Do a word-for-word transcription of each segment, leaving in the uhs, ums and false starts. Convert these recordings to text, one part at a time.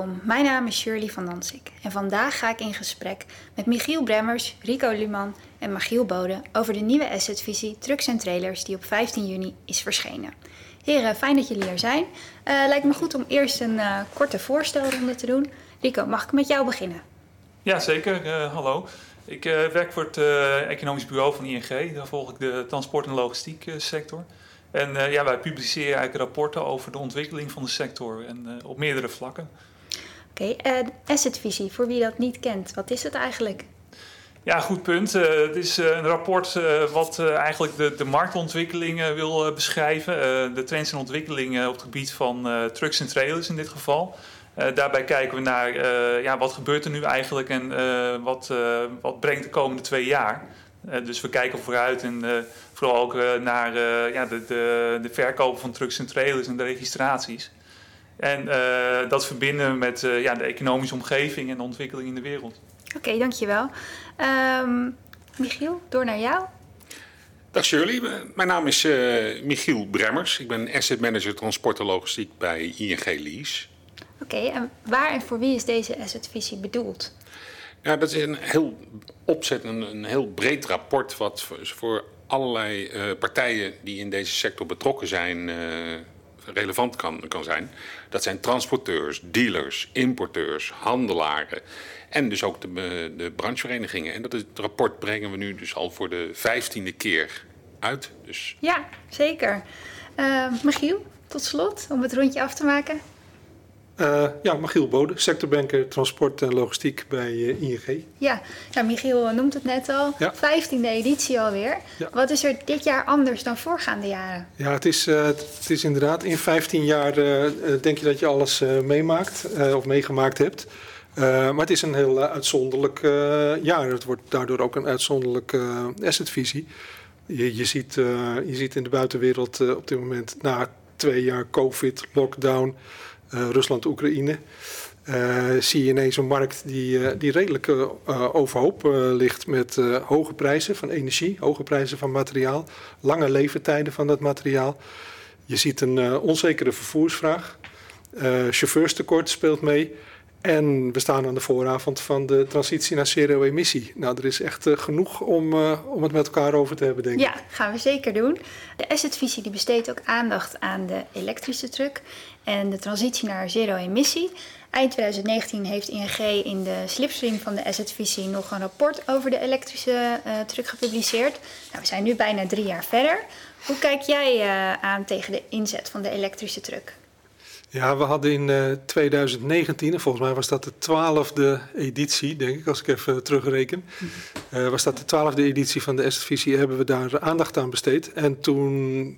Welkom, mijn naam is Shirley van Dansik en vandaag ga ik in gesprek met Michiel Bremmers, Rico Luman en Michiel Bode over de nieuwe assetvisie Trucks en Trailers die op vijftien juni is verschenen. Heren, fijn dat jullie er zijn. Uh, lijkt me goed om eerst een uh, korte voorstelronde te doen. Rico, mag ik met jou beginnen? Ja, zeker. Uh, hallo. Ik uh, werk voor het uh, economisch bureau van I N G. Daar volg ik de transport- en logistiek uh, sector. En uh, ja, wij publiceren eigenlijk rapporten over de ontwikkeling van de sector en uh, op meerdere vlakken. Oké, okay, uh, assetvisie, voor wie dat niet kent, wat is het eigenlijk? Ja, goed punt. Uh, het is uh, een rapport uh, wat uh, eigenlijk de, de marktontwikkelingen wil uh, beschrijven. Uh, de trends en ontwikkelingen op het gebied van uh, trucks en trailers in dit geval. Uh, daarbij kijken we naar uh, ja, wat gebeurt er nu eigenlijk en uh, wat, uh, wat brengt de komende twee jaar. Uh, dus we kijken vooruit en uh, vooral ook uh, naar uh, ja, de, de, de verkopen van trucks en trailers en de registraties. En uh, dat verbinden we met uh, ja, de economische omgeving en de ontwikkeling in de wereld. Oké, okay, dankjewel. Um, Michiel, door naar jou. Dag Shirley, mijn naam is uh, Michiel Bremmers. Ik ben asset manager transport en logistiek bij I N G Lease. Oké, okay, en waar en voor wie is deze assetvisie bedoeld? Ja, dat is een heel opzet, een, een heel breed rapport wat voor, voor allerlei uh, partijen die in deze sector betrokken zijn uh, relevant kan, kan zijn. Dat zijn transporteurs, dealers, importeurs, handelaren en dus ook de, de brancheverenigingen. En dat is, het rapport brengen we nu dus al voor de vijftiende keer uit. Dus... Ja, zeker. Uh, Michiel, tot slot, om het rondje af te maken. Uh, ja, Michiel Bode, sectorbanker transport en logistiek bij uh, I N G. Ja, ja, Michiel noemt het net al, ja. vijftiende editie alweer. Ja. Wat is er dit jaar anders dan voorgaande jaren? Ja, het is, uh, het is inderdaad in vijftien jaar uh, denk je dat je alles uh, meemaakt uh, of meegemaakt hebt. Uh, maar het is een heel uh, uitzonderlijk uh, jaar. Het wordt daardoor ook een uitzonderlijke uh, assetvisie. Je, je, ziet, uh, je ziet in de buitenwereld uh, op dit moment na twee jaar COVID, lockdown... Uh, Rusland, Oekraïne, uh, zie je ineens een markt die, uh, die redelijk uh, overhoop uh, ligt met uh, hoge prijzen van energie, hoge prijzen van materiaal, lange leeftijden van dat materiaal. Je ziet een uh, onzekere vervoersvraag, uh, chauffeurstekort speelt mee en we staan aan de vooravond van de transitie naar zero-emissie. Nou, er is echt uh, genoeg om, uh, om het met elkaar over te hebben, denk ik. Ja, gaan we zeker doen. De assetvisie die besteedt ook aandacht aan de elektrische truck en de transitie naar zero-emissie. Eind twintig negentien heeft I N G in de slipstream van de assetvisie nog een rapport over de elektrische uh, truck gepubliceerd. Nou, we zijn nu bijna drie jaar verder. Hoe kijk jij uh, aan tegen de inzet van de elektrische truck? Ja, we hadden in uh, twintig negentien, en volgens mij was dat de twaalfde editie, denk ik, als ik even terugreken. Uh, was dat de twaalfde editie van de assetvisie, hebben we daar aandacht aan besteed. En toen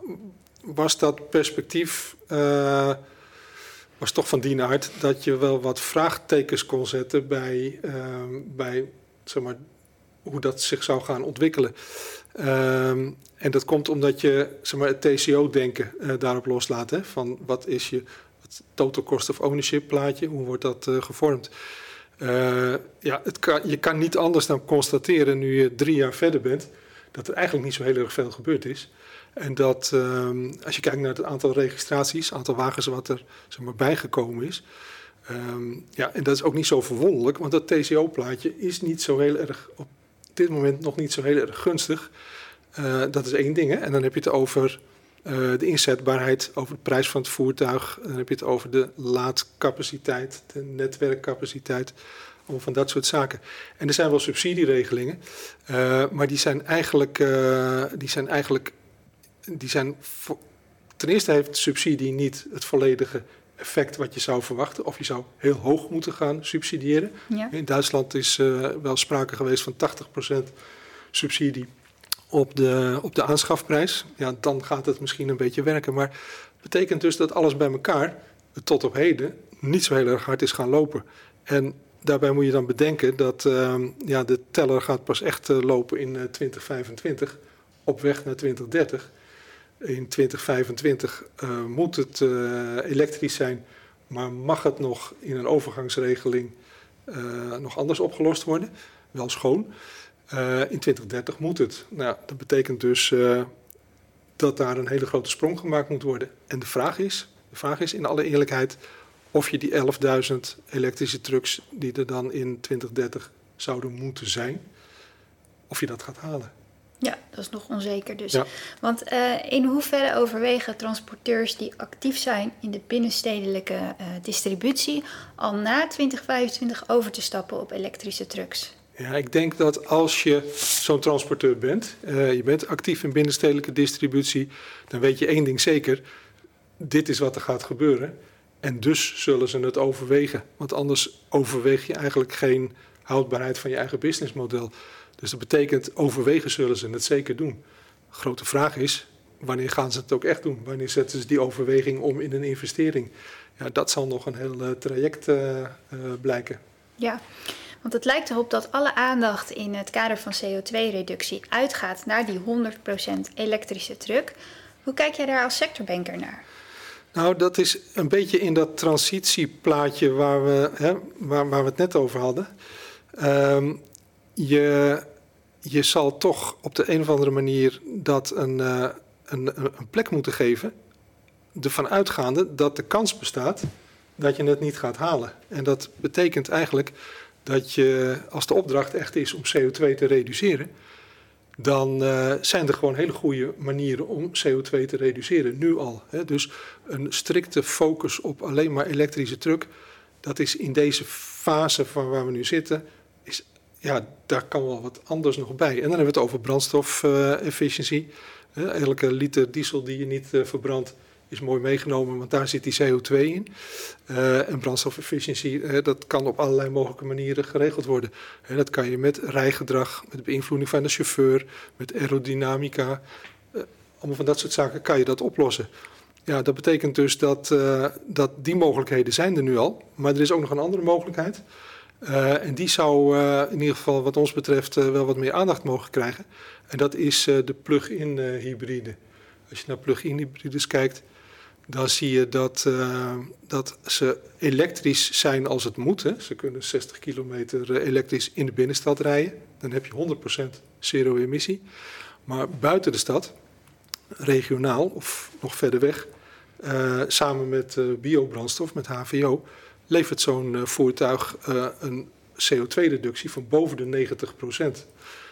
was dat perspectief uh, was toch van die aard dat je wel wat vraagtekens kon zetten bij, uh, bij zeg maar, hoe dat zich zou gaan ontwikkelen. Uh, en dat komt omdat je zeg maar, het T C O-denken uh, daarop loslaat. Hè, van wat is je het total cost of ownership plaatje, hoe wordt dat uh, gevormd? Uh, ja, het kan, je kan niet anders dan constateren, nu je drie jaar verder bent, dat er eigenlijk niet zo heel erg veel gebeurd is. En dat um, als je kijkt naar het aantal registraties, het aantal wagens wat er zeg maar, bijgekomen is. Um, ja, en dat is ook niet zo verwonderlijk, want dat T C O-plaatje is niet zo heel erg, op dit moment nog niet zo heel erg gunstig. Uh, dat is één ding. Hè? En dan heb je het over uh, de inzetbaarheid, over de prijs van het voertuig. Dan heb je het over de laadcapaciteit, de netwerkcapaciteit. Allemaal van dat soort zaken. En er zijn wel subsidieregelingen, uh, maar die zijn eigenlijk, uh, die zijn eigenlijk, die zijn vo- ten eerste heeft subsidie niet het volledige effect wat je zou verwachten. Of je zou heel hoog moeten gaan subsidiëren. Ja. In Duitsland is uh, wel sprake geweest van tachtig procent subsidie op de, op de aanschafprijs. Ja, dan gaat het misschien een beetje werken. Maar het betekent dus dat alles bij elkaar tot op heden niet zo heel erg hard is gaan lopen. En daarbij moet je dan bedenken dat uh, ja, de teller gaat pas echt uh, lopen in uh, twintig vijfentwintig, op weg naar twintig dertig. In twintig vijfentwintig uh, moet het uh, elektrisch zijn, maar mag het nog in een overgangsregeling uh, nog anders opgelost worden, wel schoon. Uh, in twintig dertig moet het. Nou, dat betekent dus uh, dat daar een hele grote sprong gemaakt moet worden. En de vraag is, de vraag is in alle eerlijkheid of je die elfduizend elektrische trucks die er dan in twintig dertig zouden moeten zijn, of je dat gaat halen. Ja, dat is nog onzeker dus. Ja. Want uh, in hoeverre overwegen transporteurs die actief zijn in de binnenstedelijke uh, distributie al na twintig vijfentwintig over te stappen op elektrische trucks? Ja, ik denk dat als je zo'n transporteur bent, uh, je bent actief in binnenstedelijke distributie, dan weet je één ding zeker, dit is wat er gaat gebeuren. En dus zullen ze het overwegen. Want anders overweeg je eigenlijk geen houdbaarheid van je eigen businessmodel. Dus dat betekent, overwegen zullen ze het zeker doen. De grote vraag is, wanneer gaan ze het ook echt doen? Wanneer zetten ze die overweging om in een investering? Ja, dat zal nog een heel uh, traject uh, uh, blijken. Ja, want het lijkt erop dat alle aandacht in het kader van C O twee reductie uitgaat naar die honderd procent elektrische truck. Hoe kijk jij daar als sectorbanker naar? Nou, dat is een beetje in dat transitieplaatje waar we, hè, waar, waar we het net over hadden. Um, je, je zal toch op de een of andere manier dat een, uh, een, een plek moeten geven, ervan uitgaande dat de kans bestaat dat je het niet gaat halen. En dat betekent eigenlijk dat je, als de opdracht echt is om C O twee te reduceren, dan uh, zijn er gewoon hele goede manieren om C O twee te reduceren, nu al. Hè. Dus een strikte focus op alleen maar elektrische truck, dat is in deze fase van waar we nu zitten, is, ja, daar kan wel wat anders nog bij. En dan hebben we het over brandstofefficiëntie. Uh, elke liter diesel die je niet uh, verbrandt is mooi meegenomen, want daar zit die C O twee in. Uh, en brandstofefficiëntie, uh, dat kan op allerlei mogelijke manieren geregeld worden. Uh, dat kan je met rijgedrag, met beïnvloeding van de chauffeur, met aerodynamica. Uh, allemaal van dat soort zaken kan je dat oplossen. Ja, dat betekent dus dat, uh, dat die mogelijkheden zijn er nu al. Maar er is ook nog een andere mogelijkheid. Uh, en die zou uh, in ieder geval wat ons betreft uh, wel wat meer aandacht mogen krijgen. En dat is uh, de plug-in uh, hybride. Als je naar plug-in hybrides kijkt, dan zie je dat, uh, dat ze elektrisch zijn als het moet. Hè. Ze kunnen zestig kilometer elektrisch in de binnenstad rijden. Dan heb je honderd procent zero-emissie. Maar buiten de stad, regionaal of nog verder weg, uh, samen met uh, biobrandstof, met H V O, levert zo'n uh, voertuig uh, een C O twee reductie van boven de negentig procent.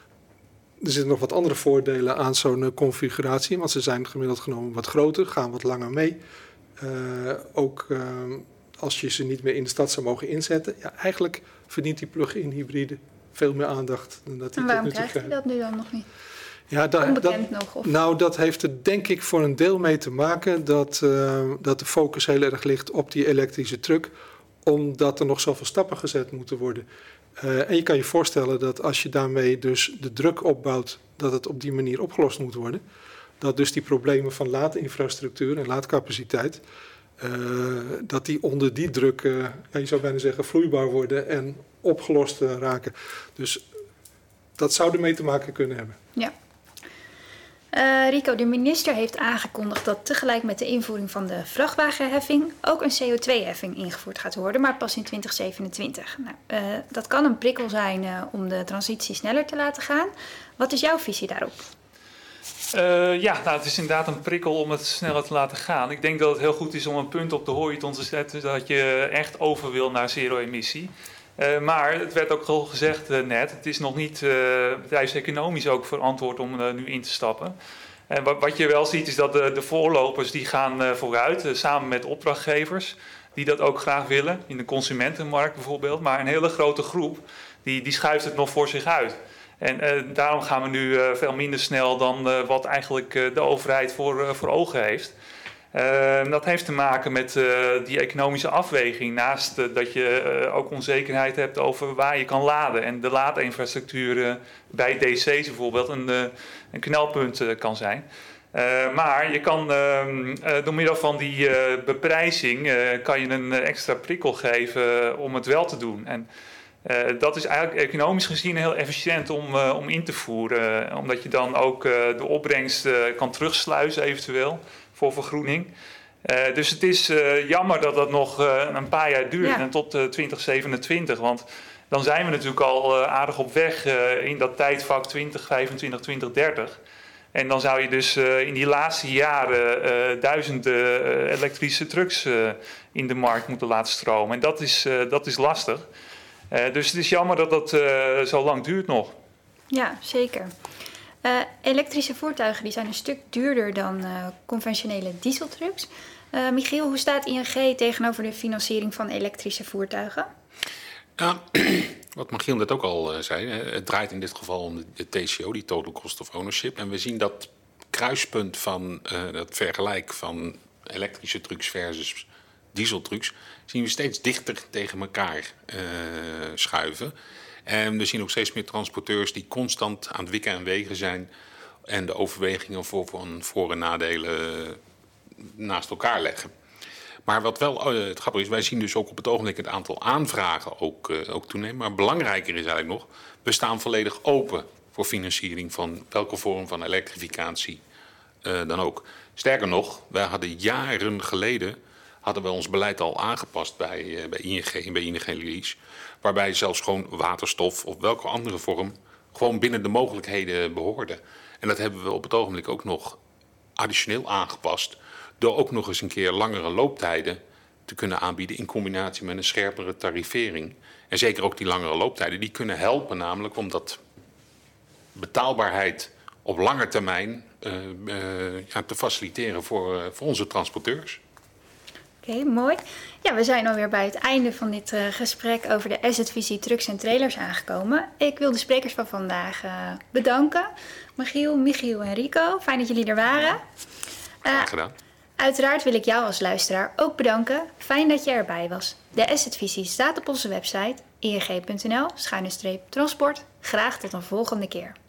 Er zitten nog wat andere voordelen aan zo'n uh, configuratie, want ze zijn gemiddeld genomen wat groter, gaan wat langer mee. Uh, ook uh, als je ze niet meer in de stad zou mogen inzetten, ja, eigenlijk verdient die plug-in hybride veel meer aandacht dan dat die en waarom tot nu toe krijgt hij dat nu dan nog niet? Ja, da, Onbekend dat, nog? Of? Nou, dat heeft er denk ik voor een deel mee te maken dat, uh, dat de focus heel erg ligt op die elektrische truck, omdat er nog zoveel stappen gezet moeten worden. Uh, en je kan je voorstellen dat als je daarmee dus de druk opbouwt, dat het op die manier opgelost moet worden. Dat dus die problemen van laadinfrastructuur en laadcapaciteit, uh, dat die onder die druk, uh, ja, je zou bijna zeggen, vloeibaar worden en opgelost uh, raken. Dus dat zou ermee te maken kunnen hebben. Ja. Uh, Rico, de minister heeft aangekondigd dat tegelijk met de invoering van de vrachtwagenheffing ook een C O twee heffing ingevoerd gaat worden, maar pas in twintig zevenentwintig. Nou, uh, dat kan een prikkel zijn uh, om de transitie sneller te laten gaan. Wat is jouw visie daarop? Uh, ja, nou, het is inderdaad een prikkel om het sneller te laten gaan. Ik denk dat het heel goed is om een punt op de horizon te zetten, dat je echt over wil naar zero-emissie. Uh, maar het werd ook al gezegd uh, net, het is nog niet uh, bedrijfseconomisch ook verantwoord om uh, nu in te stappen. En wat, wat je wel ziet is dat de, de voorlopers die gaan uh, vooruit, uh, samen met opdrachtgevers, die dat ook graag willen, in de consumentenmarkt bijvoorbeeld. Maar een hele grote groep, die, die schuift het nog voor zich uit. En uh, daarom gaan we nu uh, veel minder snel dan uh, wat eigenlijk uh, de overheid voor, uh, voor ogen heeft. Uh, dat heeft te maken met uh, die economische afweging. Naast uh, dat je uh, ook onzekerheid hebt over waar je kan laden. En de laadinfrastructuur uh, bij D C's bijvoorbeeld een, uh, een knelpunt uh, kan zijn. Uh, maar je kan uh, uh, door middel van die uh, beprijzing uh, kan je een extra prikkel geven uh, om het wel te doen. En uh, dat is eigenlijk economisch gezien heel efficiënt om, uh, om in te voeren. Uh, omdat je dan ook uh, de opbrengst uh, kan terugsluizen eventueel voor vergroening. Uh, dus het is uh, jammer dat dat nog uh, een paar jaar duurt, ja. En tot uh, twintig zevenentwintig. Want dan zijn we natuurlijk al uh, aardig op weg uh, in dat tijdvak twintig vijfentwintig, twintig dertig. En dan zou je dus uh, in die laatste jaren uh, duizenden uh, elektrische trucks uh, in de markt moeten laten stromen. En dat is, uh, dat is lastig. Uh, dus het is jammer dat dat uh, zo lang duurt nog. Ja, zeker. Uh, elektrische voertuigen die zijn een stuk duurder dan uh, conventionele dieseltrucks. Uh, Michiel, hoe staat I N G tegenover de financiering van elektrische voertuigen? Ja, wat Michiel net ook al uh, zei, het draait in dit geval om de T C O, die Total Cost of Ownership. En we zien dat kruispunt van uh, dat vergelijk van elektrische trucks versus dieseltrucks, zien we steeds dichter tegen elkaar uh, schuiven. En we zien ook steeds meer transporteurs die constant aan het wikken en wegen zijn en de overwegingen voor, van voor- en nadelen naast elkaar leggen. Maar wat wel uh, het grappige is, wij zien dus ook op het ogenblik het aantal aanvragen ook, uh, ook toenemen. Maar belangrijker is eigenlijk nog, we staan volledig open voor financiering van welke vorm van elektrificatie uh, dan ook. Sterker nog, wij hadden jaren geleden hadden we ons beleid al aangepast bij, uh, bij I N G en bij I N G Lease, waarbij zelfs gewoon waterstof of welke andere vorm gewoon binnen de mogelijkheden behoorde. En dat hebben we op het ogenblik ook nog additioneel aangepast, door ook nog eens een keer langere looptijden te kunnen aanbieden in combinatie met een scherpere tarivering. En zeker ook die langere looptijden, die kunnen helpen namelijk om dat betaalbaarheid op lange termijn uh, uh, ja, te faciliteren voor, uh, voor onze transporteurs. Oké, okay, mooi. Ja, we zijn alweer bij het einde van dit uh, gesprek over de assetvisie trucks en trailers aangekomen. Ik wil de sprekers van vandaag uh, bedanken. Michiel, Michiel en Rico, fijn dat jullie er waren. Uh, Graag gedaan. Uiteraard wil ik jou als luisteraar ook bedanken. Fijn dat je erbij was. De assetvisie staat op onze website i n g punt n l schuine streep transport. Graag tot een volgende keer.